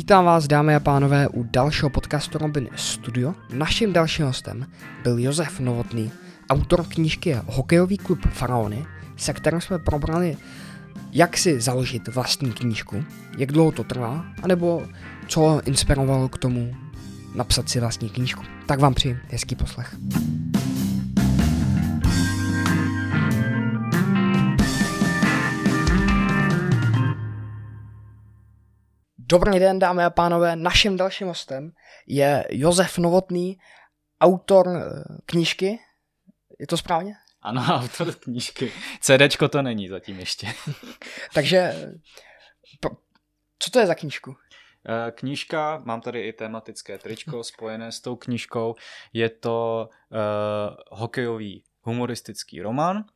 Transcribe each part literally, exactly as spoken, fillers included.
Vítám vás, dámy a pánové, u dalšího podcastu Robin Studio. Naším dalším hostem byl Josef Novotný, autor knížky Hokejový klub Faraony, se kterým jsme probrali, jak si založit vlastní knížku, jak dlouho to trvá, anebo co ho inspirovalo k tomu napsat si vlastní knížku. Tak vám přeji hezký poslech. Dobrý den, dámy a pánové, naším dalším hostem je Josef Novotný, autor knížky, je to správně? Ano, autor knížky. CDčko to není zatím ještě. Takže, co to je za knížku? Knížka, mám tady i tematické tričko spojené s tou knížkou, je to uh, hokejový humoristický román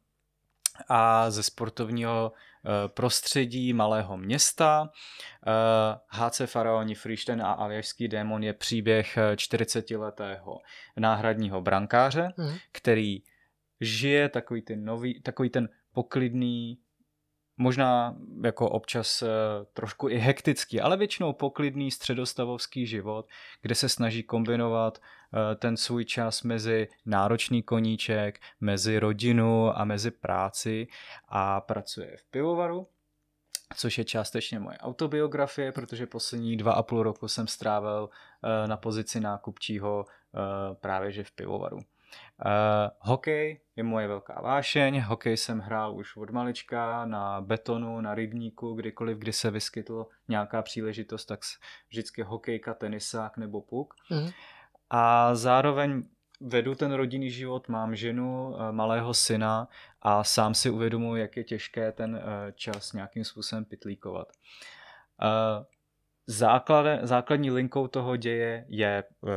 a ze sportovního prostředí malého města. Há Cé Faraoni, Fridštejn a Aljašský démon je příběh čtyřicetiletého náhradního brankáře, mm. který žije takový ten nový, takový ten poklidný, možná jako občas trošku i hektický, ale většinou poklidný středostavovský život, kde se snaží kombinovat ten svůj čas mezi náročný koníček, mezi rodinu a mezi práci a pracuje v pivovaru, což je částečně moje autobiografie, protože poslední dva a půl roku jsem strávil na pozici nákupčího právě že v pivovaru. Uh, hokej je moje velká vášeň, hokej jsem hrál už od malička na betonu, na rybníku, kdykoliv, kdy se vyskytlo nějaká příležitost, tak vždycky hokejka, tenisák nebo puk. Mm. A zároveň vedu ten rodinný život, mám ženu, malého syna a sám si uvědomuji, jak je těžké ten čas nějakým způsobem pytlíkovat. Uh, základ, základní linkou toho děje je uh,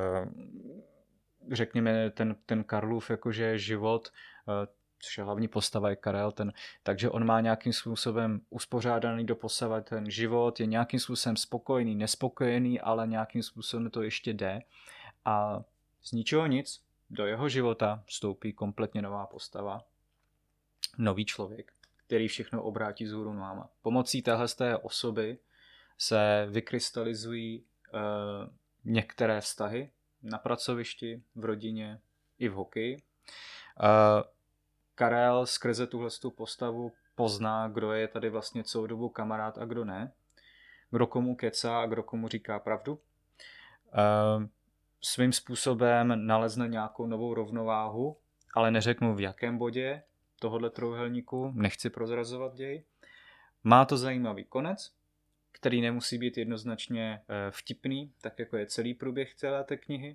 řekněme ten, ten Karlův jakože život, což je hlavní postava je Karel, ten, takže on má nějakým způsobem uspořádaný doposavat ten život, je nějakým způsobem spokojený, nespokojený, ale nějakým způsobem to ještě jde a z ničeho nic do jeho života vstoupí kompletně nová postava, nový člověk, který všechno obrátí vzhůru nohama. Pomocí téhle osoby se vykrystalizují uh, některé vztahy na pracovišti, v rodině i v hokeji. Uh, Karel skrze tuhle postavu pozná, kdo je tady vlastně celou dobu kamarád a kdo ne. Kdo komu kecá a kdo komu říká pravdu. Uh, svým způsobem nalezne nějakou novou rovnováhu, ale neřeknu v jakém bodě tohohle trojúhelníku, nechci prozrazovat děj. Má to zajímavý konec, který nemusí být jednoznačně vtipný, tak jako je celý průběh celé té knihy.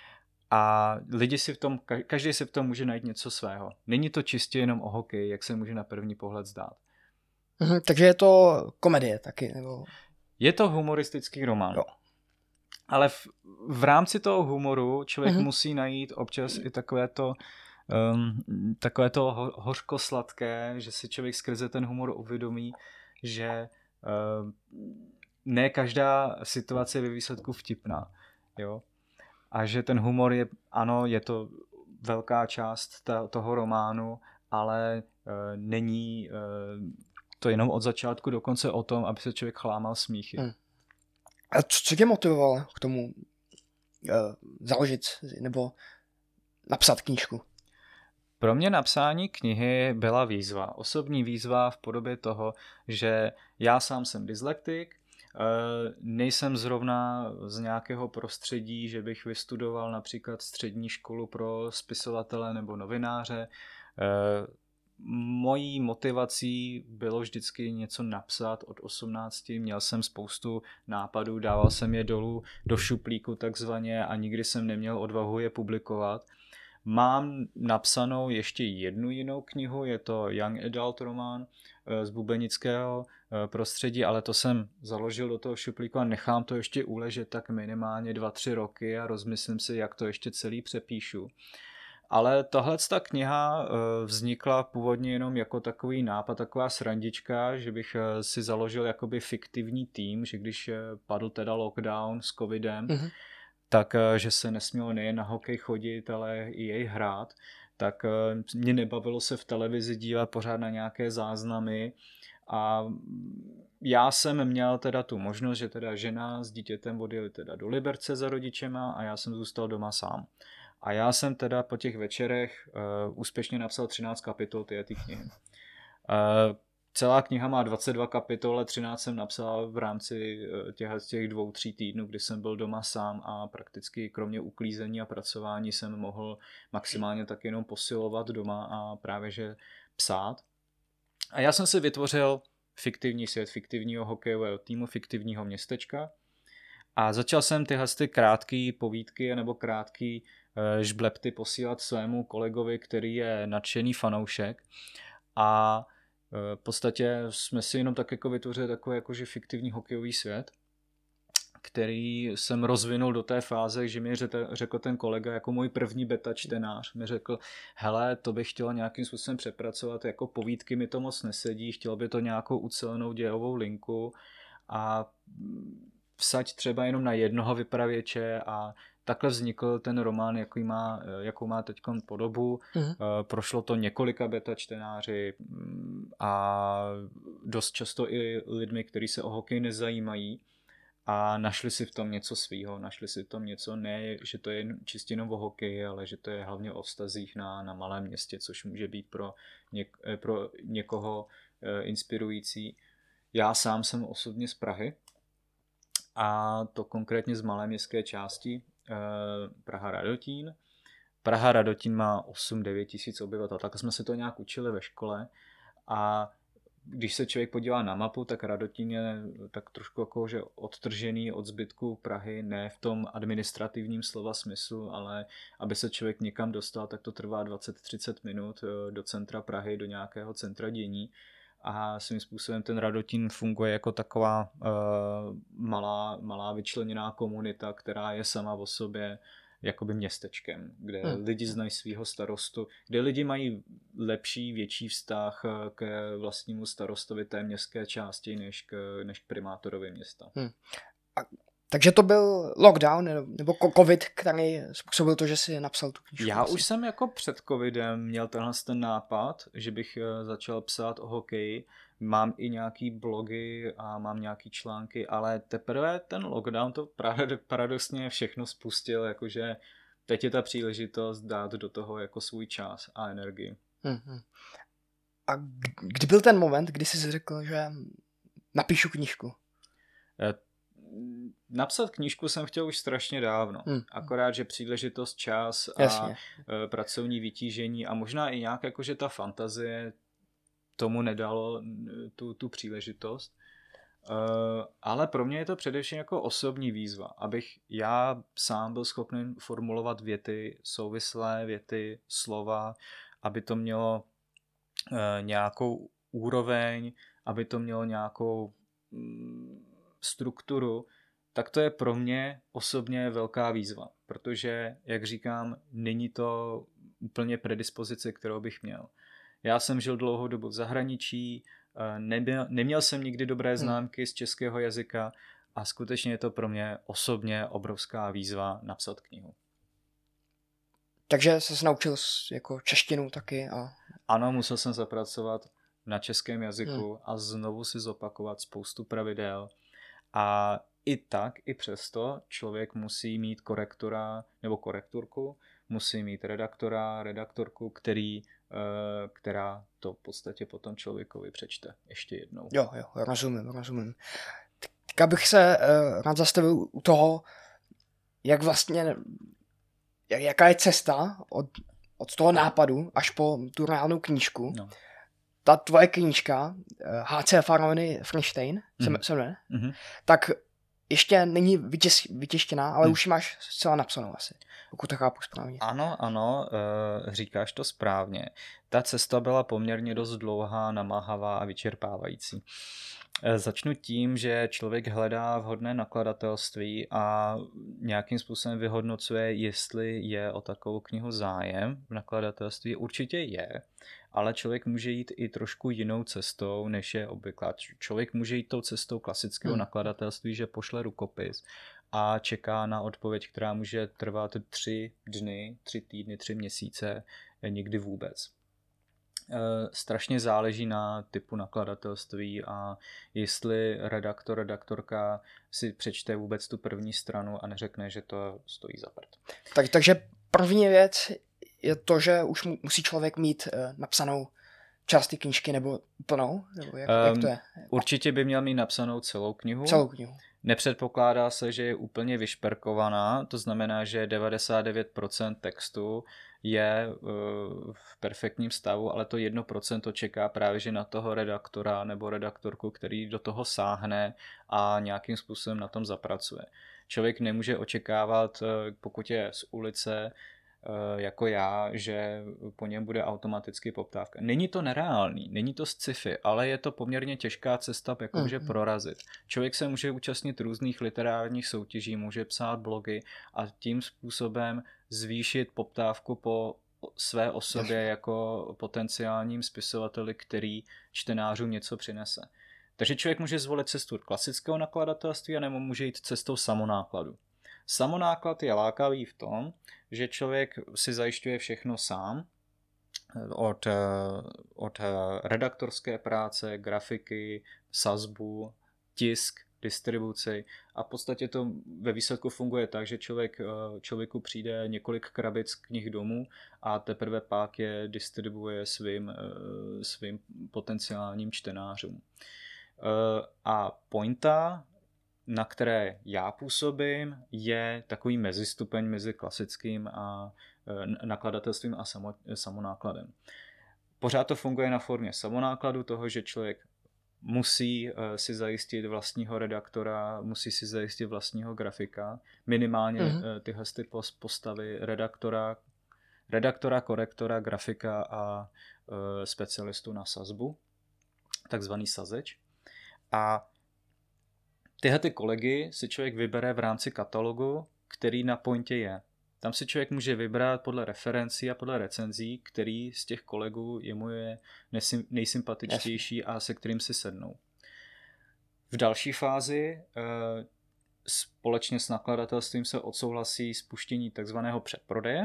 A lidi si v tom, každý si v tom může najít něco svého. Není to čistě jenom o hokeji, jak se může na první pohled zdát. Mhm, takže je to komedie taky, nebo? Je to humoristický román. Jo. Ale v, v rámci toho humoru člověk mhm. musí najít občas i takové to, um, takové to ho, hořko-sladké, že si člověk skrze ten humor uvědomí, že Uh, ne každá situace je ve výsledku vtipná, jo? A že ten humor je, ano, je to velká část ta, toho románu, ale uh, není uh, to jenom od začátku do konce o tom, aby se člověk chlámal smíchy. Hmm. A co, co tě motivovalo k tomu uh, založit nebo napsat knížku? Pro mě napsání knihy byla výzva. Osobní výzva v podobě toho, že já sám jsem dyslektik, nejsem zrovna z nějakého prostředí, že bych vystudoval například střední školu pro spisovatele nebo novináře. Mojí motivací bylo vždycky něco napsat od osmnácti. Měl jsem spoustu nápadů, dával jsem je dolů do šuplíku takzvaně a nikdy jsem neměl odvahu je publikovat. Mám napsanou ještě jednu jinou knihu, je to Young Adult román z bubenického prostředí, ale to jsem založil do toho šuplíku a nechám to ještě uležet tak minimálně dva tři roky a rozmyslím si, jak to ještě celý přepíšu. Ale tahleta kniha vznikla původně jenom jako takový nápad, taková srandička, že bych si založil jakoby fiktivní tým, že když padl teda lockdown s covidem, mm-hmm. tak, že se nesmělo nejen na hokej chodit, ale i jej hrát, tak mě nebavilo se v televizi dívat pořád na nějaké záznamy a já jsem měl teda tu možnost, že teda žena s dítětem odjeli teda do Liberce za rodičema a já jsem zůstal doma sám. A já jsem teda po těch večerech uh, úspěšně napsal třináct kapitol této knihy. Uh, celá kniha má dvacet dva kapitol, třináct jsem napsal v rámci těch, těch dvou, tří týdnů, kdy jsem byl doma sám a prakticky kromě uklízení a pracování jsem mohl maximálně tak jenom posilovat doma a právě že psát. A já jsem si vytvořil fiktivní svět fiktivního hokejového týmu, fiktivního městečka a začal jsem tyhle ty krátké povídky nebo krátké žblepty posílat svému kolegovi, který je nadšený fanoušek a v podstatě jsme si jenom tak jako vytvořili takový jakože fiktivní hokejový svět, který jsem rozvinul do té fáze, že mi řekl ten kolega jako můj první beta čtenář. Mi řekl, hele, to bych chtěl nějakým způsobem přepracovat, jako povídky mi to moc nesedí, chtěl by to nějakou ucelenou dějovou linku a vsaď třeba jenom na jednoho vypravěče a takhle vznikl ten román, jaký má, jakou má teď podobu. Mm. Prošlo to několika beta čtenáři a dost často i lidmi, kteří se o hokej nezajímají a našli si v tom něco svýho, našli si v tom něco, ne, že to je čistě jenom o hokeji, ale že to je hlavně o vztazích na, na malém městě, což může být pro, něk, pro někoho inspirující. Já sám jsem osobně z Prahy a to konkrétně z malé městské části, Praha Radotín. Praha Radotín má osm devět tisíc obyvatel, tak jsme se to nějak učili ve škole a když se člověk podívá na mapu, tak Radotín je tak trošku jako, že odtržený od zbytku Prahy, ne v tom administrativním slova smyslu, ale aby se člověk někam dostal, tak to trvá dvacet třicet minut do centra Prahy, do nějakého centra dění. A svým způsobem ten Radotín funguje jako taková uh, malá, malá vyčleněná komunita, která je sama o sobě jakoby městečkem, kde hmm. lidi znají svého starostu, kde lidi mají lepší, větší vztah k vlastnímu starostovi té městské části, než k, než k primátorovi města. Hmm. A, takže to byl lockdown nebo covid, který způsobil to, že jsi napsal tu knížku? Já už jsem jako před covidem měl tenhle ten nápad, že bych začal psát o hokeji. Mám i nějaký blogy a mám nějaký články, ale teprve ten lockdown to paradoxně všechno spustil, jakože teď je ta příležitost dát do toho jako svůj čas a energii. Mm-hmm. A kdy byl ten moment, kdy jsi řekl, že napíšu knížku? Napsat knížku jsem chtěl už strašně dávno, hmm. akorát, že příležitost, čas a Jasně. pracovní vytížení a možná i nějak jakože ta fantazie tomu nedalo tu, tu příležitost, ale pro mě je to především jako osobní výzva, abych já sám byl schopný formulovat věty, souvislé věty, slova, aby to mělo nějakou úroveň, aby to mělo nějakou strukturu, tak to je pro mě osobně velká výzva, protože, jak říkám, není to úplně predispozice, kterou bych měl. Já jsem žil dlouhou dobu v zahraničí, neměl, neměl jsem nikdy dobré známky z českého jazyka a skutečně je to pro mě osobně obrovská výzva napsat knihu. Takže jsi naučil jako češtinu taky? A... Ano, musel jsem zapracovat na českém jazyku hmm. a znovu si zopakovat spoustu pravidel. A i tak, i přesto člověk musí mít korektora nebo korektorku, musí mít redaktora, redaktorku, který, která to v podstatě potom člověkovi přečte ještě jednou. Jo, jo, rozumím, rozumím. Tak abych se uh, rád zastavil u toho, jak vlastně, jak, jaká je cesta od, od toho nápadu až po tu reálnou knížku. No. Ta tvoje knížka, H C Faraony Frinštejn, mm. se jmenuje, mm-hmm. tak ještě není vytěž, vytěštěná, ale mm. už ji máš zcela napsanou asi, pokud to chápu správně. Ano, ano, e, říkáš to správně. Ta cesta byla poměrně dost dlouhá, namáhavá a vyčerpávající. E, začnu tím, že člověk hledá vhodné nakladatelství a nějakým způsobem vyhodnocuje, jestli je o takovou knihu zájem v nakladatelství. Určitě je, ale člověk může jít i trošku jinou cestou, než je obvyklá. Člověk může jít tou cestou klasického hmm. nakladatelství, že pošle rukopis a čeká na odpověď, která může trvat tři dny, tři týdny, tři měsíce, nikdy vůbec. Strašně záleží na typu nakladatelství a jestli redaktor, redaktorka si přečte vůbec tu první stranu a neřekne, že to stojí za prd. Tak, takže první věc je to, že už musí člověk mít uh, napsanou část té knížky nebo plnou? Nebo jak, um, jak to je? Určitě by měl mít napsanou celou knihu. Celou knihu. Nepředpokládá se, že je úplně vyšperkovaná, to znamená, že devadesát devět procent textu je uh, v perfektním stavu, ale to jedno procento čeká právě že na toho redaktora nebo redaktorku, který do toho sáhne a nějakým způsobem na tom zapracuje. Člověk nemůže očekávat, pokud je z ulice, jako já, že po něm bude automaticky poptávka. Není to nereálný, není to sci-fi, ale je to poměrně těžká cesta jakože mm. prorazit. Člověk se může účastnit různých literárních soutěží, může psát blogy a tím způsobem zvýšit poptávku po své osobě jako potenciálním spisovateli, který čtenářům něco přinese. Takže člověk může zvolit cestu klasického nakladatelství a nebo může jít cestou samonákladu. Samonáklad je lákavý v tom, že člověk si zajišťuje všechno sám, od, od redaktorské práce, grafiky, sazbu, tisk, distribuci a v podstatě to ve výsledku funguje tak, že člověk, člověku přijde několik krabic knih domů a teprve pak je distribuuje svým, svým potenciálním čtenářům. A pointa, na které já působím, je takový mezistupeň mezi klasickým a nakladatelstvím a samo, samonákladem. Pořád to funguje na formě samonákladu toho, že člověk musí si zajistit vlastního redaktora, musí si zajistit vlastního grafika, minimálně mm-hmm. tyhle ty postavy redaktora, redaktora, korektora, grafika a specialistu na sazbu, takzvaný sazeč. A tyhle ty kolegy si člověk vybere v rámci katalogu, který na pointě je. Tam si člověk může vybrat podle referencí a podle recenzí, který z těch kolegů jemu je nejsympatičtější a se kterým si sednou. V další fázi společně s nakladatelstvím se odsouhlasí spuštění takzvaného předprodeje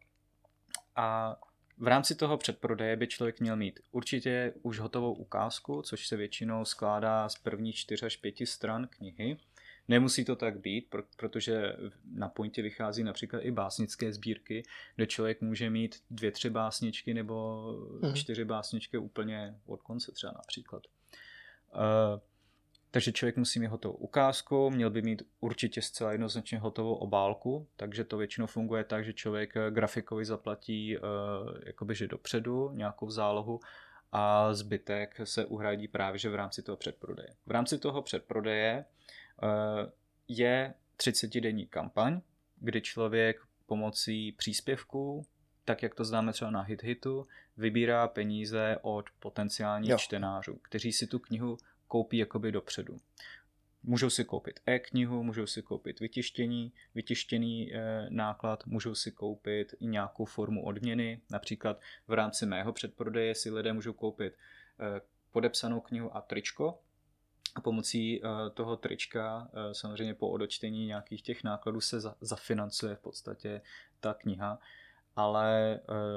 a v rámci toho předprodeje by člověk měl mít určitě už hotovou ukázku, což se většinou skládá z prvních čtyř až pěti stran knihy. Nemusí to tak být, protože na pointě vychází například i básnické sbírky, kde člověk může mít dvě, tři básničky nebo mm. čtyři básničky úplně od konce třeba například. Uh, takže člověk musí mít hotovou ukázku, měl by mít určitě zcela jednoznačně hotovou obálku, takže to většinou funguje tak, že člověk grafikovi zaplatí uh, jakoby, že dopředu nějakou zálohu a zbytek se uhradí právě že v rámci toho předprodeje. V rámci toho předprodeje uh, je třicetidenní kampaň, kdy člověk pomocí příspěvků, tak jak to známe třeba na HitHitu, vybírá peníze od potenciálních jo. čtenářů, kteří si tu knihu koupí jakoby dopředu. Můžou si koupit e-knihu, můžou si koupit vytištění, vytištěný e, náklad, můžou si koupit i nějakou formu odměny. Například v rámci mého předprodeje si lidé můžou koupit e, podepsanou knihu a tričko. A pomocí e, toho trička, e, samozřejmě po odočtení nějakých těch nákladů se za, zafinancuje v podstatě ta kniha. Ale e,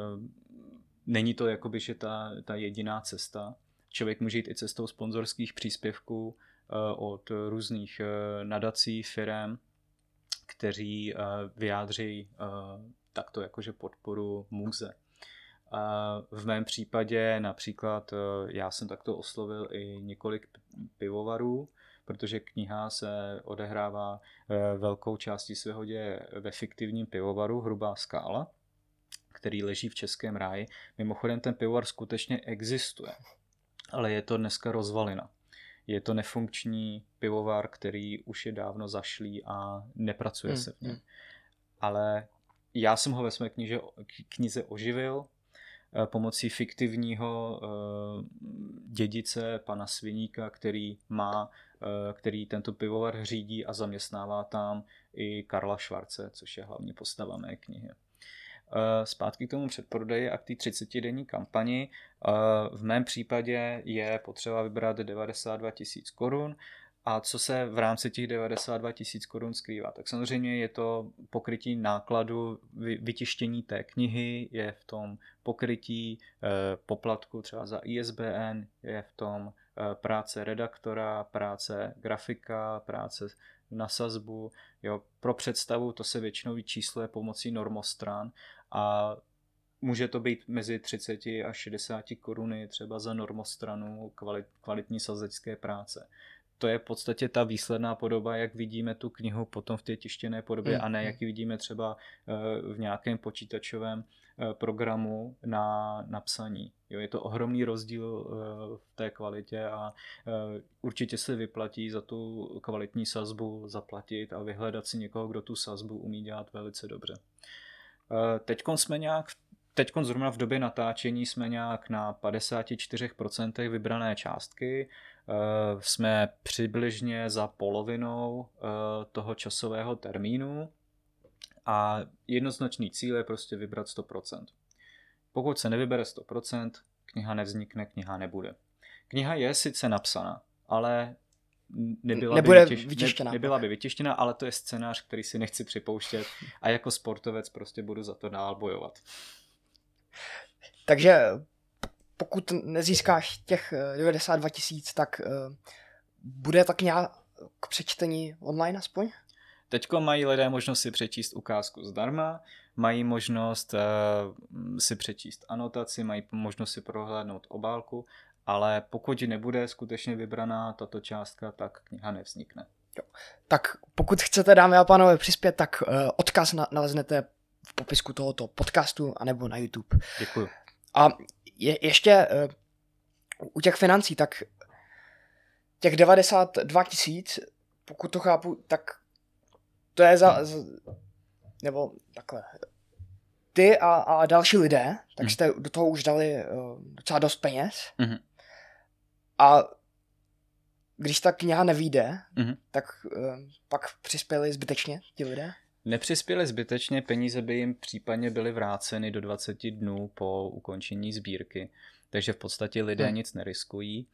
není to jakoby, že ta, ta jediná cesta. Člověk může jít i cestou sponzorských příspěvků od různých nadací, firem, kteří vyjádří takto jakože podporu muze. V mém případě například já jsem takto oslovil i několik pivovarů, protože kniha se odehrává velkou částí svého děje ve fiktivním pivovaru Hrubá skála, který leží v Českém ráji. Mimochodem ten pivovar skutečně existuje, ale je to dneska rozvalina. Je to nefunkční pivovar, který už je dávno zašlý a nepracuje hmm. se v něm. Ale já jsem ho ve své knize, knize oživil pomocí fiktivního dědice pana Sviníka, který má, který tento pivovar řídí a zaměstnává tam i Karla Švarce, což je hlavní postava mé knihy. Zpátky k tomu předprodeji a k té třicetidenní kampani. V mém případě je potřeba vybrat devadesát dva tisíc korun A co se v rámci těch devadesát dva tisíc korun skrývá? Tak samozřejmě je to pokrytí nákladu vytištění té knihy, je v tom pokrytí eh, poplatku třeba za I S B N, je v tom eh, práce redaktora, práce grafika, práce na sazbu. Jo. Pro představu to se většinou vyčísluje pomocí normostran a může to být mezi třicet až šedesát koruny třeba za normostranu kvalit, kvalitní sazecké práce. To je v podstatě ta výsledná podoba, jak vidíme tu knihu potom v té tištěné podobě, mm. a ne jak ji vidíme třeba v nějakém počítačovém programu na napsaní. Jo, je to ohromný rozdíl v té kvalitě a určitě se vyplatí za tu kvalitní sazbu zaplatit a vyhledat si někoho, kdo tu sazbu umí dělat velice dobře. Teďkon jsme nějak Teď zrovna v době natáčení jsme nějak na padesát čtyři procent vybrané částky. Jsme přibližně za polovinou toho časového termínu a jednoznačný cíl je prostě vybrat sto procent. Pokud se nevybere sto procent, kniha nevznikne, kniha nebude. Kniha je sice napsaná, ale nebyla, Nebude by, vytiš, vytištěná. Ne, nebyla by vytištěna, ale to je scénář, který si nechci připouštět a jako sportovec prostě budu za to dál bojovat. Takže pokud nezískáš těch devadesát dva tisíc, tak uh, bude tak nějak k přečtení online aspoň? Teďko mají lidé možnost si přečíst ukázku zdarma, mají možnost uh, si přečíst anotaci, mají možnost si prohlédnout obálku, ale pokud nebude skutečně vybraná tato částka, tak kniha nevznikne. Jo. Tak pokud chcete, dámy a pánové, přispět, tak uh, odkaz na, naleznete v popisku tohoto podcastu anebo na YouTube. Děkuju. A je, ještě uh, u těch financí, tak těch devadesát dva tisíc, pokud to chápu, tak to je za, za nebo takhle, ty a, a další lidé, tak mm. jste do toho už dali uh, docela dost peněz. Mm. A když ta kniha nevyjde, mm. tak uh, pak přispěli zbytečně ti lidé? Nepřispěli zbytečně, peníze by jim případně byly vráceny do dvacet dnů po ukončení sbírky, takže v podstatě lidé hmm. nic neriskují.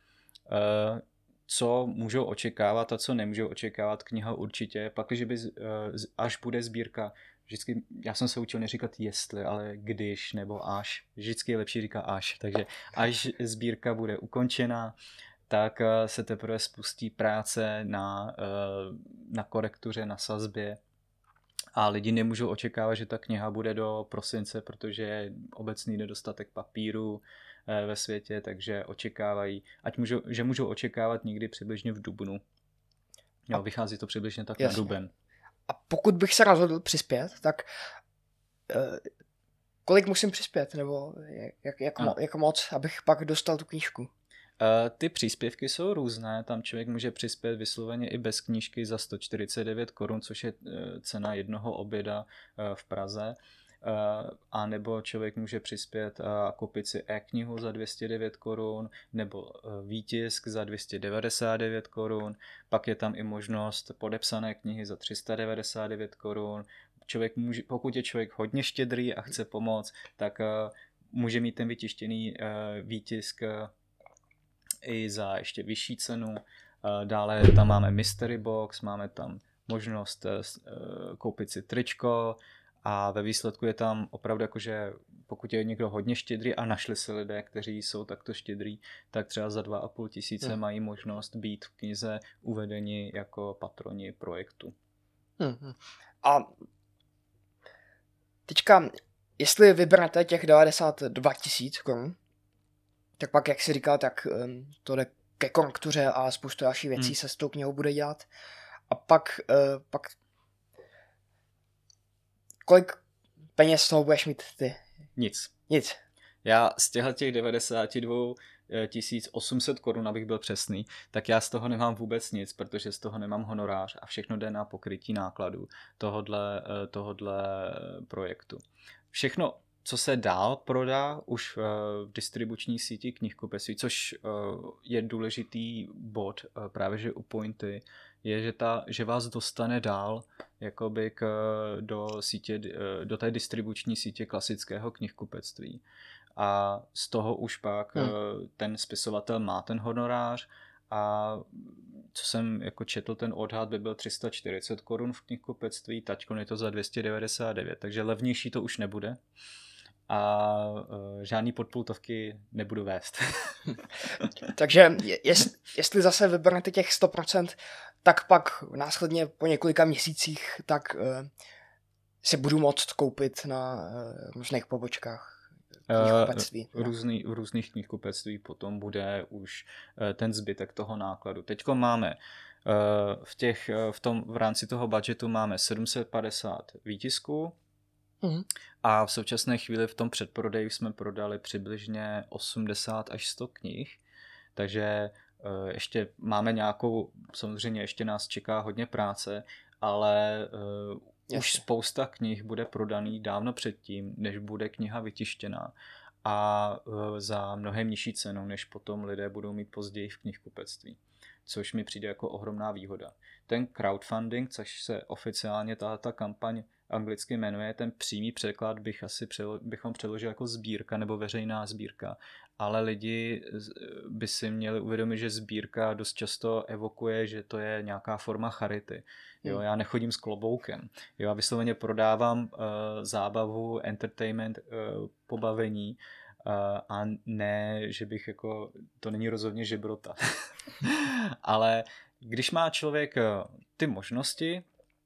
Co můžou očekávat a co nemůžou očekávat kniha určitě, pak, když by, až bude sbírka, vždycky, já jsem se učil neříkat jestli, ale když nebo až, vždycky je lepší říkat až, takže až sbírka bude ukončena, tak se teprve spustí práce na, na korektuře, na sazbě. A lidi nemůžou očekávat, že ta kniha bude do prosince, protože je obecný nedostatek papíru ve světě, takže očekávají, ať můžou, že můžou očekávat někdy přibližně v dubnu. Jo, vychází to přibližně tak Jasně. na duben. A pokud bych se rozhodl přispět, tak eh, kolik musím přispět? Nebo jak, jak, mo, jak moc, abych pak dostal tu knížku? Ty příspěvky jsou různé, tam člověk může přispět vysloveně i bez knížky za sto čtyřicet devět korun, což je cena jednoho oběda v Praze, a nebo člověk může přispět a koupit si e-knihu za dvě stě devět korun, nebo výtisk za dvě stě devadesát devět korun, pak je tam i možnost podepsané knihy za tři sta devadesát devět korun. Člověk může, pokud je člověk hodně štědrý a chce pomoct, tak může mít ten vytištěný výtisk i za ještě vyšší cenu. Dále tam máme mystery box, máme tam možnost koupit si tričko a ve výsledku je tam opravdu jakože pokud je někdo hodně štědrý a našli se lidé, kteří jsou takto štědrý, tak třeba za dva a půl tisíce hmm. mají možnost být v knize uvedeni jako patroni projektu. Hmm. A teďka, jestli vyberete těch devadesát dva tisíc korun, tak pak, jak jsi říkal, tak um, to jde ke korektuře a spoustu dalších věcí hmm. se s tou knihou bude dělat. A pak, uh, pak kolik peněz z toho budeš mít ty? Nic. Nic. Já z těchto těch devadesát dva tisíc osm set korun, abych byl přesný, tak já z toho nemám vůbec nic, protože z toho nemám honorář a všechno jde na pokrytí nákladů tohodle, tohodle projektu. Všechno, co se dál prodá už v distribuční síti knihkupectví, což je důležitý bod právě že u Pointy, je, že, ta, že vás dostane dál jakoby k, do, sítě, do té distribuční sítě klasického knihkupectví. A z toho už pak hmm. ten spisovatel má ten honorář a co jsem jako četl, ten odhad by byl tři sta čtyřicet korun v knihkupectví, tačkon je to za dvě stě devadesát devět, takže levnější to už nebude. A uh, žádný podpultovky nebudu vést. Takže jest, jestli zase vyberete těch sto procent, tak pak následně po několika měsících tak uh, si budu moct koupit na uh, různých pobočkách knihkupectví. Uh, různý, v různých knihkupectví potom bude už uh, ten zbytek toho nákladu. Teďko máme uh, v, těch, uh, v, tom, v rámci toho budgetu máme sedm set padesát výtisků. Mm. A v současné chvíli v tom předprodeji jsme prodali přibližně osmdesát až sto knih, takže uh, ještě máme nějakou, samozřejmě ještě nás čeká hodně práce, ale uh, už spousta knih bude prodaný dávno předtím, než bude kniha vytištěná a uh, za mnohem nižší cenu, než potom lidé budou mít později v knihkupectví, což mi přijde jako ohromná výhoda. Ten crowdfunding, což se oficiálně tato kampaň anglicky jmenuje, ten přímý překlad bych asi přelo, bychom přeložili jako sbírka nebo veřejná sbírka, ale lidi by si měli uvědomit, že sbírka dost často evokuje, že to je nějaká forma charity. Jo, já nechodím s kloboukem. Jo, já vysloveně prodávám uh, zábavu, entertainment, uh, pobavení uh, a ne, že bych jako, to není rozhodně žebrota. Ale když má člověk uh, ty možnosti,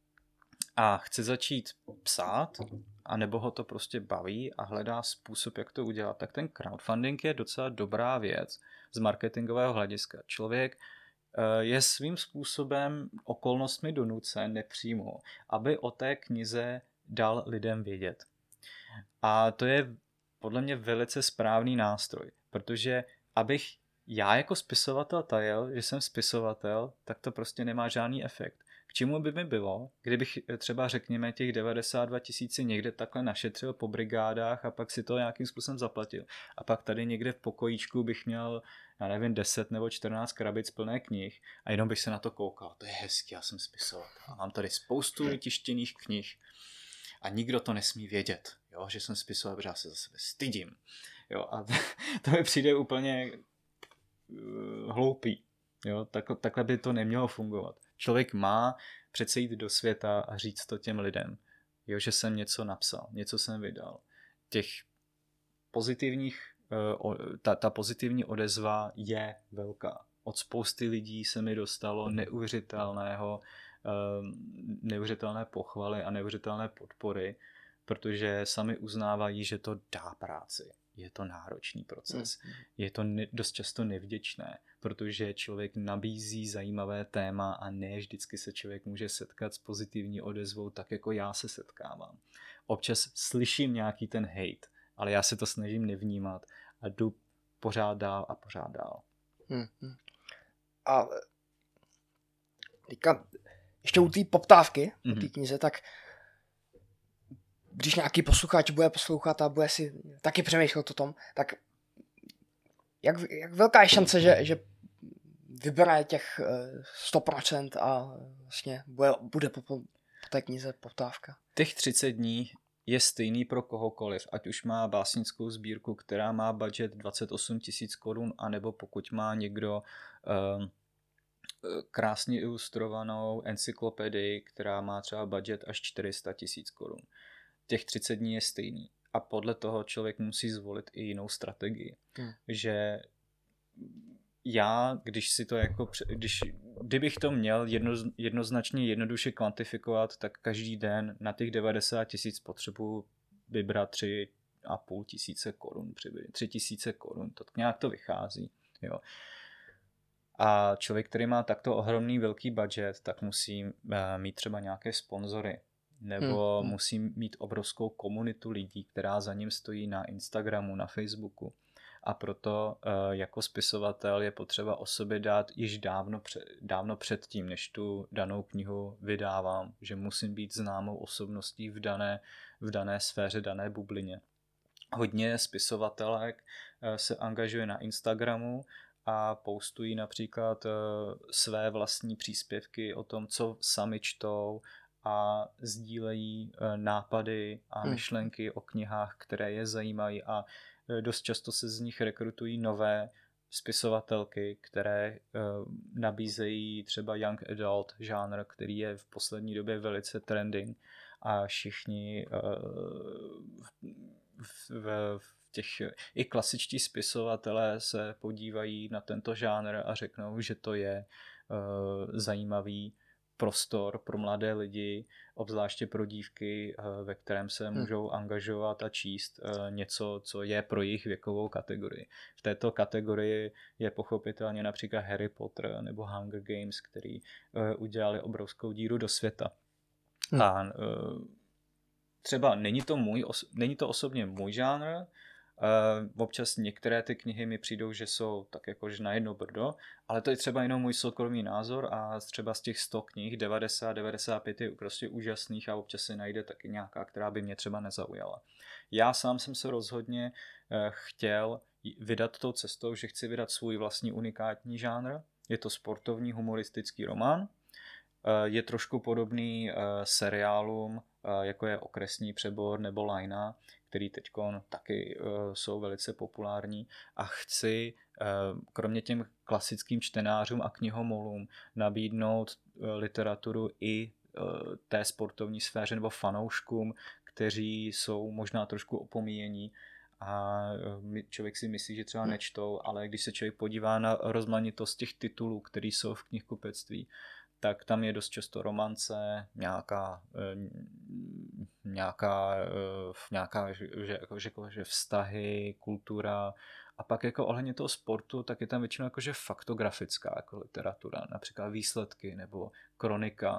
a chce začít psát, anebo ho to prostě baví a hledá způsob, jak to udělat, tak ten crowdfunding je docela dobrá věc z marketingového hlediska. Člověk je svým způsobem okolnostmi donucen nepřímo, aby o té knize dal lidem vědět. A to je podle mě velice správný nástroj, protože abych já jako spisovatel tajil, že jsem spisovatel, tak to prostě nemá žádný efekt. K čemu by mi bylo, kdybych třeba řekněme těch devadesát dva tisíc někde takhle našetřil po brigádách a pak si to nějakým způsobem zaplatil. A pak tady někde v pokojíčku bych měl, já nevím, deset nebo čtrnáct krabic plné knih a jenom bych se na to koukal. To je hezký, já jsem spisovatel. A mám tady spoustu vytištěných knih a nikdo to nesmí vědět, jo, že jsem spisovatel, protože já se za sebe stydím. Jo, a to mi přijde úplně uh, hloupý. Jo, tak, takhle by to nemělo fungovat. Člověk má přece jít do světa a říct to těm lidem, jo, že jsem něco napsal, něco jsem vydal. Těch pozitivních, ta, ta pozitivní odezva je velká. Od spousty lidí se mi dostalo neuvěřitelného, neuvěřitelné pochvaly a neuvěřitelné podpory, protože sami uznávají, že to dá práci. Je to náročný proces. Mm. Je to ne, dost často nevděčné, protože člověk nabízí zajímavé téma a ne vždycky se člověk může setkat s pozitivní odezvou, tak jako já se setkávám. Občas slyším nějaký ten hate, ale já se to snažím nevnímat a jdu pořád dál a pořád dál. Hmm. A teďka ještě u té poptávky, mm-hmm. u té knize, tak když nějaký posluchač bude poslouchat a bude si taky přemýšlet o tom, tak jak, jak velká je šance, že, že vybere těch sto procent a vlastně bude, bude po, po té knize poptávka? Těch třicet dní je stejný pro kohokoliv, ať už má básnickou sbírku, která má budget dvacet osm tisíc korun, anebo pokud má někdo um, krásně ilustrovanou encyklopedii, která má třeba budget až čtyři sta tisíc korun. Těch třicet dní je stejný. A podle toho člověk musí zvolit i jinou strategii. Hmm. Že já, když si to jako, když, kdybych to měl jedno, jednoznačně jednoduše kvantifikovat, tak každý den na těch devadesát tisíc potřebuji vybrat tři a půl tisíce korun, tři tisíce korun, to nějak to vychází. Jo. A člověk, který má takto ohromný velký budget, tak musí mít třeba nějaké sponzory. Nebo hmm. musí mít obrovskou komunitu lidí, která za ním stojí na Instagramu, na Facebooku. A proto jako spisovatel je potřeba o sobě dát již dávno, před, dávno předtím, než tu danou knihu vydávám, že musím být známou osobností v dané, v dané sféře, dané bublině. Hodně spisovatelek se angažuje na Instagramu a postují například své vlastní příspěvky o tom, co sami čtou, a sdílejí nápady a myšlenky hmm. o knihách, které je zajímají a dost často se z nich rekrutují nové spisovatelky, které uh, nabízejí třeba young adult žánr, který je v poslední době velice trending a všichni uh, v, v, v těch i klasičtí spisovatelé se podívají na tento žánr a řeknou, že to je uh, zajímavý prostor pro mladé lidi, obzvláště pro dívky, ve kterém se můžou angažovat a číst něco, co je pro jejich věkovou kategorii. V této kategorii je pochopitelně například Harry Potter nebo Hunger Games, který udělali obrovskou díru do světa. Hmm. A třeba není to, můj, není to osobně můj žánr, Uh, občas některé ty knihy mi přijdou, že jsou tak jakože na jedno brdo, ale to je třeba jenom můj soukromý názor a třeba z těch sto knih devadesát devadesát pět je prostě úžasných a občas se najde taky nějaká, která by mě třeba nezaujala. Já sám jsem se rozhodně uh, chtěl vydat tou cestou, že chci vydat svůj vlastní unikátní žánr. Je to sportovní humoristický román. Uh, je trošku podobný uh, seriálům, uh, jako je Okresní přebor nebo Lajna, který teď taky uh, jsou velice populární a chci uh, kromě těm klasickým čtenářům a knihomolům nabídnout uh, literaturu i uh, té sportovní sféře nebo fanouškům, kteří jsou možná trošku opomíjení a uh, člověk si myslí, že třeba nečtou, ale když se člověk podívá na rozmanitost těch titulů, které jsou v knihkupectví, tak tam je dost často romance, nějaká, nějaká, nějaká že, že, že vztahy, kultura a pak jako ohledně toho sportu, tak je tam většinou jakože faktografická jako literatura, například výsledky nebo kronika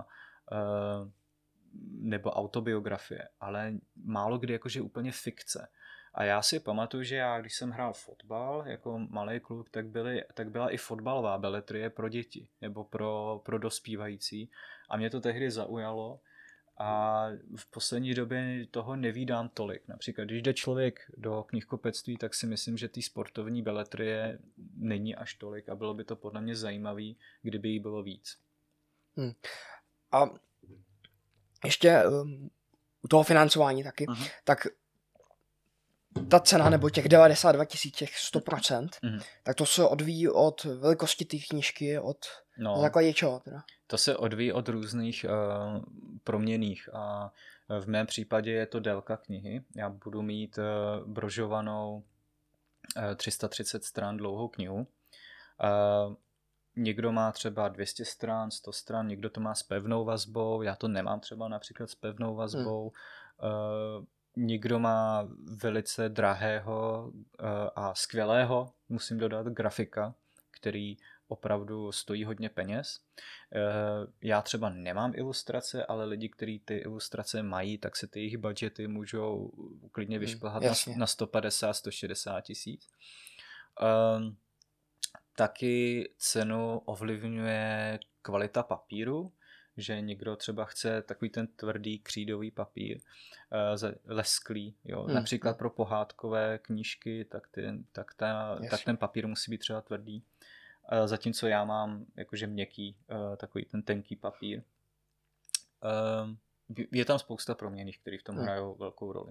nebo autobiografie, ale málo kdy jakože úplně fikce. A já si pamatuju, že já, když jsem hrál fotbal jako malý kluk, tak, byly, tak byla i fotbalová beletrie pro děti nebo pro, pro dospívající. A mě to tehdy zaujalo a v poslední době toho nevídám tolik. Například, když jde člověk do knihkupectví, tak si myslím, že ty sportovní beletrie není až tolik a bylo by to podle mě zajímavé, kdyby jí bylo víc. Hmm. A ještě um, u toho financování taky, uh-huh. tak ta cena nebo těch devadesát dva tisíc, těch sto procent, mm-hmm. tak to se odvíjí od velikosti té knížky, od no, základě čeho teda? To se odvíjí od různých uh, proměnných a v mém případě je to délka knihy. Já budu mít uh, brožovanou uh, tři sta třicet stran dlouhou knihu. Uh, někdo má třeba dvě stě stran, sto stran, někdo to má s pevnou vazbou, já to nemám třeba například s pevnou vazbou. Hmm. Uh, Někdo má velice drahého a skvělého, musím dodat, grafika, který opravdu stojí hodně peněz. Já třeba nemám ilustrace, ale lidi, kteří ty ilustrace mají, tak se ty jejich budgety můžou klidně vyšplhat hmm, na, na sto padesát až sto šedesát tisíc. Um, taky cenu ovlivňuje kvalita papíru, že někdo třeba chce takový ten tvrdý křídový papír, uh, lesklý, jo. Hmm. Například pro pohádkové knížky, tak, ty, tak, ta, tak ten papír musí být třeba tvrdý. Uh, zatímco já mám jakože měkký, uh, takový ten tenký papír. Uh, je tam spousta proměnných, které v tom hmm. hrajou velkou roli.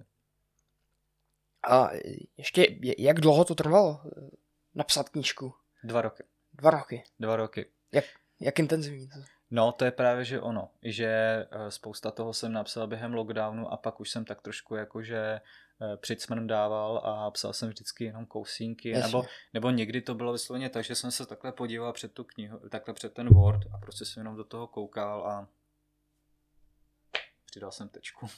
A ještě, jak dlouho to trvalo napsat knížku? Dva roky. Dva roky? Dva roky. Jak, jak intenzivní to? No, to je právě, že ono, že spousta toho jsem napsal během lockdownu a pak už jsem tak trošku jakože přicmrdával a psal jsem vždycky jenom kousínky, nebo, nebo někdy to bylo vysloveně tak, že jsem se takhle podíval před tu knihu, takhle před ten Word a prostě jsem jenom do toho koukal a přidal jsem tečku.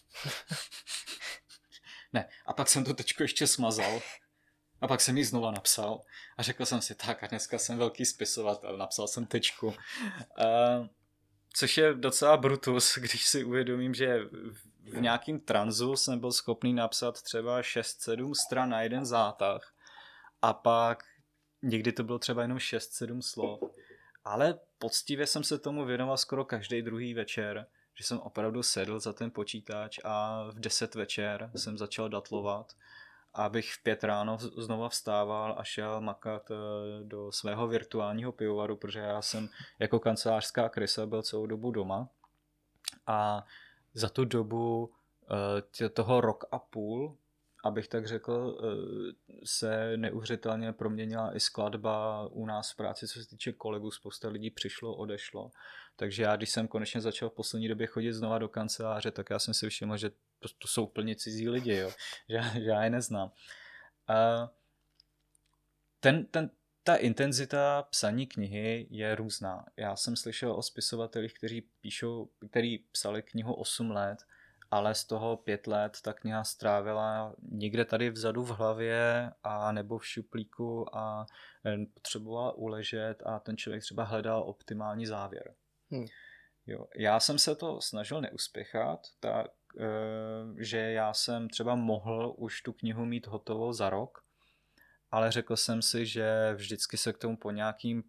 Ne, a pak jsem tu tečku ještě smazal. A pak jsem ji znova napsal a řekl jsem si, tak a dneska jsem velký spisovatel, napsal jsem tečku. Uh, což je docela brutus, když si uvědomím, že v nějakým tranzu jsem byl schopný napsat třeba šest sedm stran na jeden zátah a pak někdy to bylo třeba jenom šest sedm slov. Ale poctivě jsem se tomu věnoval skoro každý druhý večer, že jsem opravdu sedl za ten počítač a v deset večer jsem začal datlovat, abych v pět ráno znova vstával a šel makat do svého virtuálního pivovaru, protože já jsem jako kancelářská krysa byl celou dobu doma a za tu dobu toho rok a půl abych tak řekl, se neuvěřitelně proměnila i skladba u nás v práci, co se týče kolegů, spousta lidí přišlo, odešlo. Takže já, když jsem konečně začal v poslední době chodit znova do kanceláře, tak já jsem si všiml, že to, to jsou úplně cizí lidi, jo? Že, že já je neznám. A ten, ten, ta intenzita psaní knihy je různá. Já jsem slyšel o spisovatelích, kteří píšou, kteří psali knihu osm let, ale z toho pět let ta kniha strávila někde tady vzadu v hlavě a nebo v šuplíku a potřebovala uležet a ten člověk třeba hledal optimální závěr. Hmm. Jo. Já jsem se to snažil neuspěchat, tak, že já jsem třeba mohl už tu knihu mít hotovou za rok, ale řekl jsem si, že vždycky se k tomu po nějakým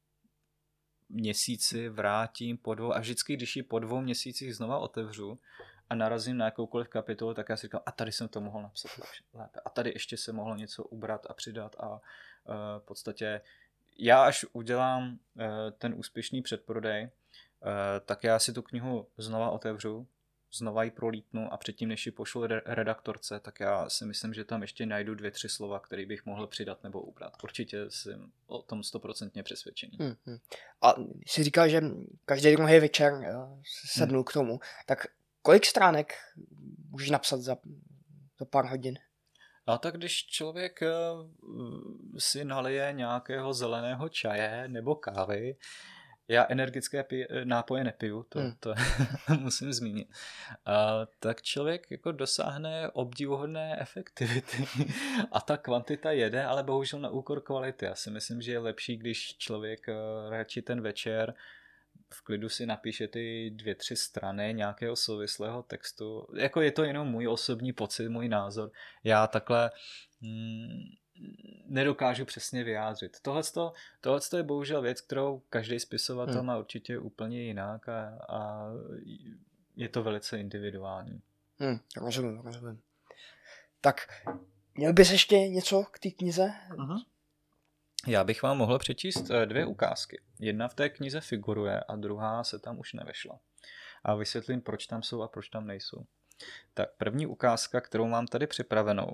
měsíci vrátím po dvou a vždycky, když ji po dvou měsících znova otevřu a narazím na jakoukoliv kapitolu, tak já si říkám, a tady jsem to mohl napsat lépe. A tady ještě se mohlo něco ubrat a přidat a uh, v podstatě já až udělám uh, ten úspěšný předprodej, uh, tak já si tu knihu znova otevřu, znova ji prolítnu a předtím, než ji pošlu redaktorce, tak já si myslím, že tam ještě najdu dvě, tři slova, které bych mohl přidat nebo ubrat. Určitě jsem o tom stoprocentně přesvědčený. Hmm, hmm. A jsi říkal, že každý druhý večer sednu hmm. k tomu, tak kolik stránek můžeš napsat za, za pár hodin? A tak když člověk si nalije nějakého zeleného čaje nebo kávy, já energické pij, nápoje nepiju, to, hmm. to musím zmínit. A, tak člověk jako dosáhne obdivuhodné efektivity a ta kvantita jede, ale bohužel na úkor kvality. Já si myslím, že je lepší, když člověk radši ten večer v klidu si napíše ty dvě, tři strany nějakého souvislého textu. Jako je to jenom můj osobní pocit, můj názor. Já takhle mm, nedokážu přesně vyjádřit. Tohleto, tohleto je bohužel věc, kterou každý spisovatel hmm. má určitě úplně jinak a, a je to velice individuální. Hmm, rozumím, rozumím. Tak, měl bys ještě něco k té knize? Uh-huh. Já bych vám mohl přečíst dvě ukázky. Jedna v té knize figuruje a druhá se tam už nevešla. A vysvětlím, proč tam jsou a proč tam nejsou. Tak první ukázka, kterou mám tady připravenou,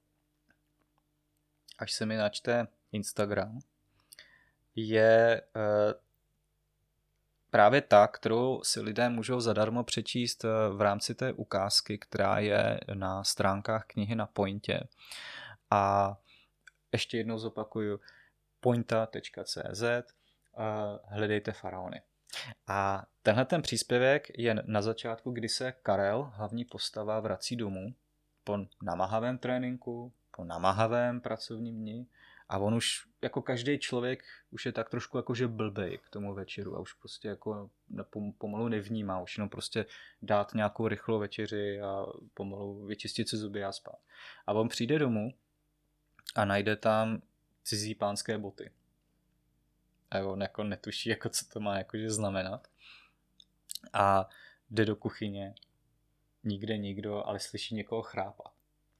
až se mi načte Instagram, je e, právě ta, kterou si lidé můžou zadarmo přečíst v rámci té ukázky, která je na stránkách knihy Na Pointě. A ještě jednou zopakuju, pointa tečka cé zet, hledejte faraony. A tenhle ten příspěvek je na začátku, kdy se Karel, hlavní postava, vrací domů po namáhavém tréninku, po namáhavém pracovním dni a on už jako každý člověk už je tak trošku jakože blbej k tomu večeru a už prostě jako pomalu nevnímá, už jenom prostě dát nějakou rychlou večeři a pomalu vyčistit si zuby a spát. A on přijde domů a najde tam cizí pánské boty. A on jako netuší, jako co to má jakože znamenat. A jde do kuchyně, nikde nikdo, ale slyší někoho chrápat.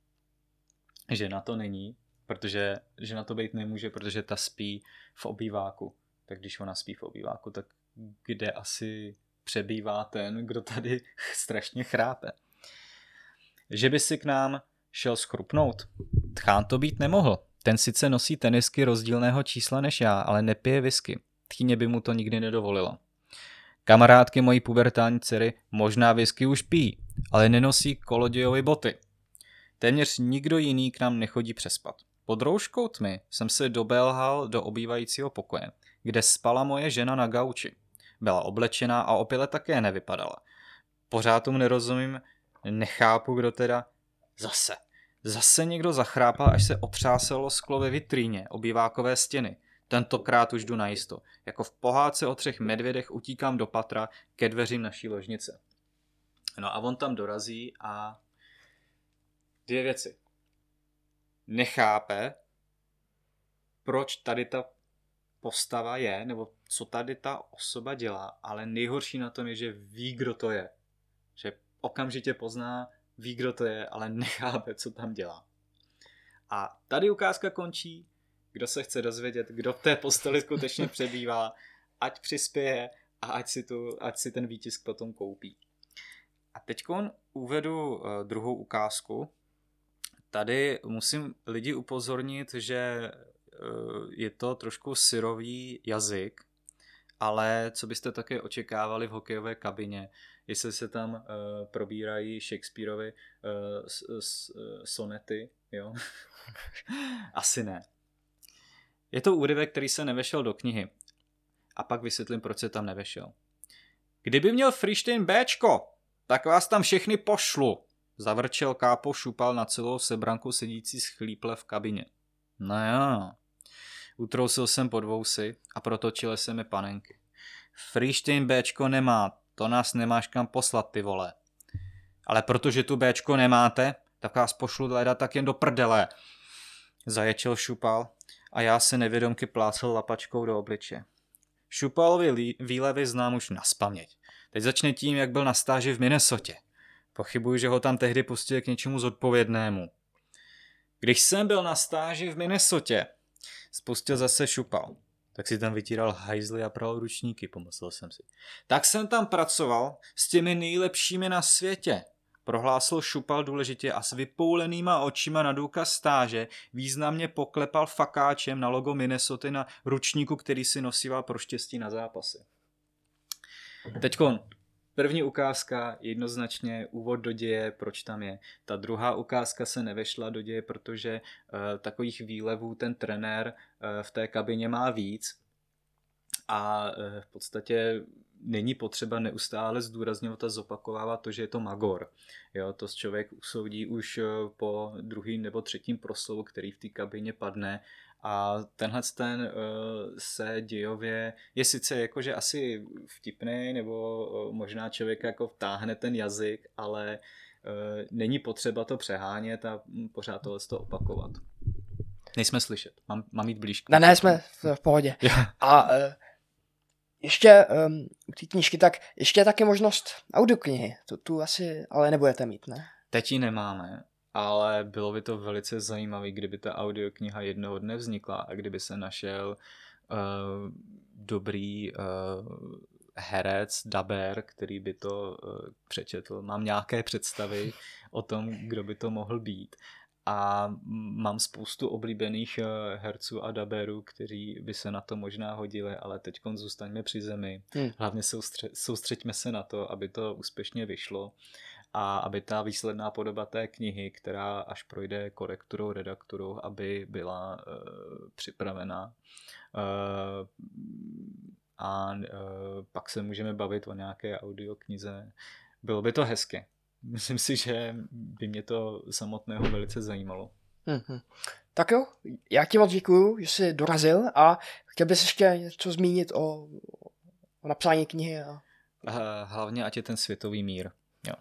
Žena to není, protože žena to být nemůže, protože ta spí v obýváku. Tak když ona spí v obýváku, tak kde asi přebývá ten, kdo tady strašně chrápe. Že by si k nám šel schrupnout? Tchán to být nemohl. Ten sice nosí tenisky rozdílného čísla než já, ale nepije whisky. Tchýně by mu to nikdy nedovolila. Kamarádky mojí pubertální dcery možná whisky už pijí, ale nenosí kolodějové boty. Téměř nikdo jiný k nám nechodí přespat. Pod rouškou tmy jsem se dobelhal do obývajícího pokoje, kde spala moje žena na gauči. Byla oblečená a opile také nevypadala. Pořád tomu nerozumím, nechápu, kdo teda... Zase. Zase někdo zachrápal, až se otřáselo sklo ve vitríně, obývákové stěny. Tentokrát už jdu najisto. Jako v pohádce o třech medvědech utíkám do patra ke dveřím naší ložnice. No a on tam dorazí a dvě věci. Nechápe, proč tady ta postava je, nebo co tady ta osoba dělá, ale nejhorší na tom je, že ví, kdo to je. Že okamžitě pozná, ví, kdo to je, ale nechápe, co tam dělá. A tady ukázka končí. Kdo se chce dozvědět, kdo v té posteli skutečně přebývá, ať přispěje a ať si, tu, ať si ten výtisk potom koupí. A teď uvedu uh, druhou ukázku. tady musím lidi upozornit, že je to trošku syrový jazyk, ale co byste také očekávali v hokejové kabině, jestli se tam uh, probírají Shakespeareovy uh, s, s, sonety, jo? Asi ne. Je to úryvek, který se nevešel do knihy. A pak vysvětlím, proč se tam nevešel. Kdyby měl Frištejn Béčko, tak vás tam všechny pošlu, zavrčel kápo Šupal na celou sebranku sedící schlíple v kabině. No jo. Utrousil jsem pod vousy a protočily se mi panenky. Frištejn Béčko nemá, to nás nemáš kam poslat, ty vole. Ale protože tu Béčko nemáte, tak vás pošlu hledat tak jen do prdele. Zaječel Šupal a já se nevědomky plácel lapačkou do obliče. Šupalovi výlevy znám už naspaměť. Teď začne tím, jak byl na stáži v Minnesotě. Pochybuji, že ho tam tehdy pustili k něčemu zodpovědnému. Když jsem byl na stáži v Minnesotě, spustil zase Šupal. Tak si tam vytíral hajzly a pral ručníky, pomyslel jsem si. Tak jsem tam pracoval s těmi nejlepšími na světě. Prohlásil Šupal důležitě a s vypoulenýma očima na důkaz stáže významně poklepal fakáčem na logo Minnesoty na ručníku, který si nosíval pro štěstí na zápasy. Teďkon, první ukázka, jednoznačně úvod do děje, proč tam je. Ta druhá ukázka se nevešla do děje, protože uh, takových výlevů ten trenér uh, v té kabině má víc a uh, v podstatě není potřeba neustále zdůrazňovat a zopakovávat to, že je to magor. Jo, to člověk usoudí už uh, po druhým nebo třetím proslovu, který v té kabině padne. A tenhle ten uh, se dějově je sice jakože asi vtipný, nebo uh, možná člověk jako vtáhne ten jazyk, ale uh, není potřeba to přehánět a pořád tohle to opakovat. Nejsme slyšet, mám, mám jít blíž. Ne, ne, jsme v, v pohodě. A uh, ještě um, u té knížky, tak ještě je taky možnost audioknihy. To tu asi ale nebudete mít, ne? Teď ji nemáme. Ale bylo by to velice zajímavé, kdyby ta audiokniha jednoho dne vznikla a kdyby se našel uh, dobrý uh, herec, daber, který by to uh, přečetl. Mám nějaké představy o tom, kdo by to mohl být. A mám spoustu oblíbených uh, herců a daberů, kteří by se na to možná hodili, ale teď zůstaňme při zemi. Hmm. Hlavně soustře- soustřeďme se na to, aby to úspěšně vyšlo. A aby ta výsledná podoba té knihy, která až projde korekturou, redakturou, aby byla uh, připravená. Uh, a uh, pak se můžeme bavit o nějaké audioknize. Bylo by to hezké. Myslím si, že by mě to samotného velice zajímalo. Mm-hmm. Tak jo, já ti moc děkuju, že jsi dorazil a chtěl bys ještě něco zmínit o, o napsání knihy. A... Uh, hlavně, ať je ten světový mír. Jo.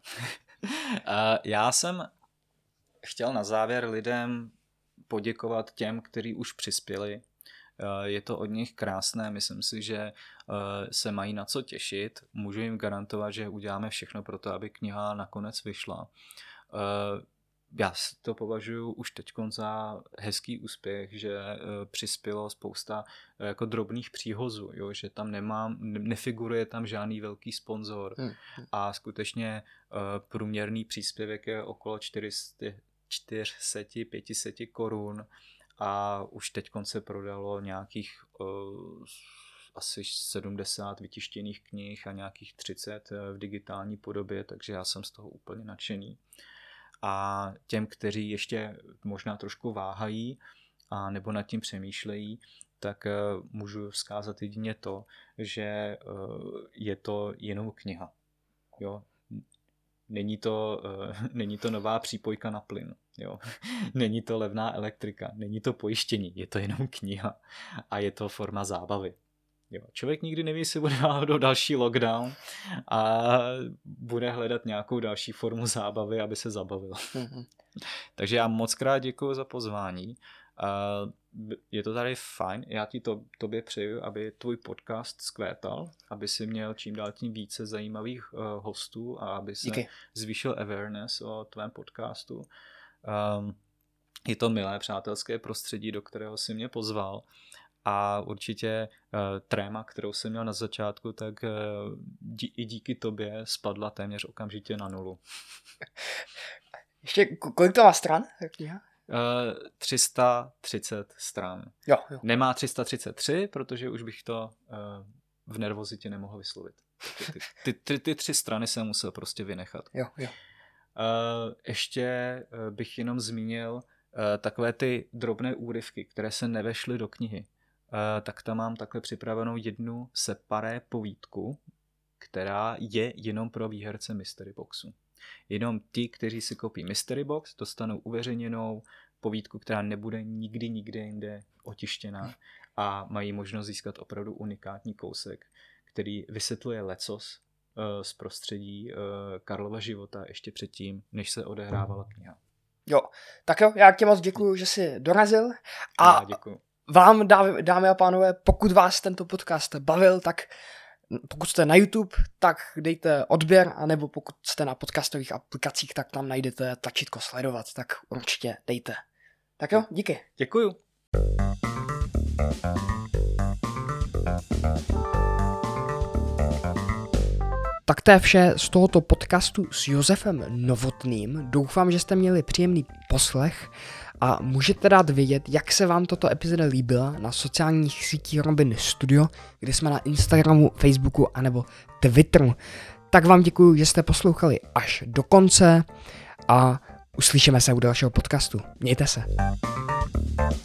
Já jsem chtěl na závěr lidem poděkovat těm, kteří už přispěli. Je to od nich krásné, myslím si, že se mají na co těšit. Můžu jim garantovat, že uděláme všechno pro to, aby kniha nakonec vyšla. Já to považuji už teď za hezký úspěch, že přispělo spousta jako drobných příhozů, jo? Že tam nemám, nefiguruje tam žádný velký sponzor hmm. a skutečně průměrný příspěvek je okolo čtyři sta pět set korun a už teď se prodalo nějakých uh, asi sedmdesát vytištěných knih a nějakých třicet v digitální podobě, takže já jsem z toho úplně nadšený. A těm, kteří ještě možná trošku váhají a nebo nad tím přemýšlejí, tak uh, můžu vzkázat jedině to, že uh, je to jenom kniha. Jo? Není to, uh, není to nová přípojka na plyn. Jo? Není to levná elektrika, není to pojištění, je to jenom kniha a je to forma zábavy. Jo, člověk nikdy neví, jestli bude náhodou další lockdown a bude hledat nějakou další formu zábavy, aby se zabavil. Mm-hmm. Takže já moc krát děkuji za pozvání. Je to tady fajn. Já ti to, tobě přeju, aby tvůj podcast zkvétal, aby si měl čím dál tím více zajímavých uh, hostů a aby se Díky. zvýšil awareness o tvém podcastu. Um, je to milé přátelské prostředí, do kterého si mě pozval. A určitě uh, tréma, kterou jsem měl na začátku, tak uh, dí, i díky tobě spadla téměř okamžitě na nulu. Ještě kolik to má stran? Kniha? Uh, tři sta třicet stran. Jo, jo. Nemá tři sta třicet tři, protože už bych to uh, v nervozitě nemohl vyslovit. Ty, ty, ty, ty, ty tři strany jsem musel prostě vynechat. Jo, jo. Uh, ještě uh, bych jenom zmínil uh, takové ty drobné úryvky, které se nevešly do knihy. Uh, tak tam mám takhle připravenou jednu separé povídku, která je jenom pro výherce Mystery Boxu. Jenom ti, kteří si koupí Mystery Box, dostanou uveřejněnou povídku, která nebude nikdy nikde jinde otištěná a mají možnost získat opravdu unikátní kousek, který vysvětluje lecos uh, z prostředí uh, Karlova života ještě předtím, než se odehrávala kniha. Jo, tak jo, já tě moc děkuju, že jsi dorazil a já děkuju. Vám, dámy a pánové, pokud vás tento podcast bavil, tak pokud jste na YouTube, tak dejte odběr, anebo pokud jste na podcastových aplikacích, tak tam najdete tlačítko sledovat, tak určitě dejte. Tak jo, díky. Děkuju. Tak to je vše z tohoto podcastu s Josefem Novotným. Doufám, že jste měli příjemný poslech a můžete dát vědět, jak se vám toto epizoda líbila na sociálních sítích Robin Studio, kde jsme na Instagramu, Facebooku anebo Twitteru. Tak vám děkuji, že jste poslouchali až do konce a uslyšíme se u dalšího podcastu. Mějte se.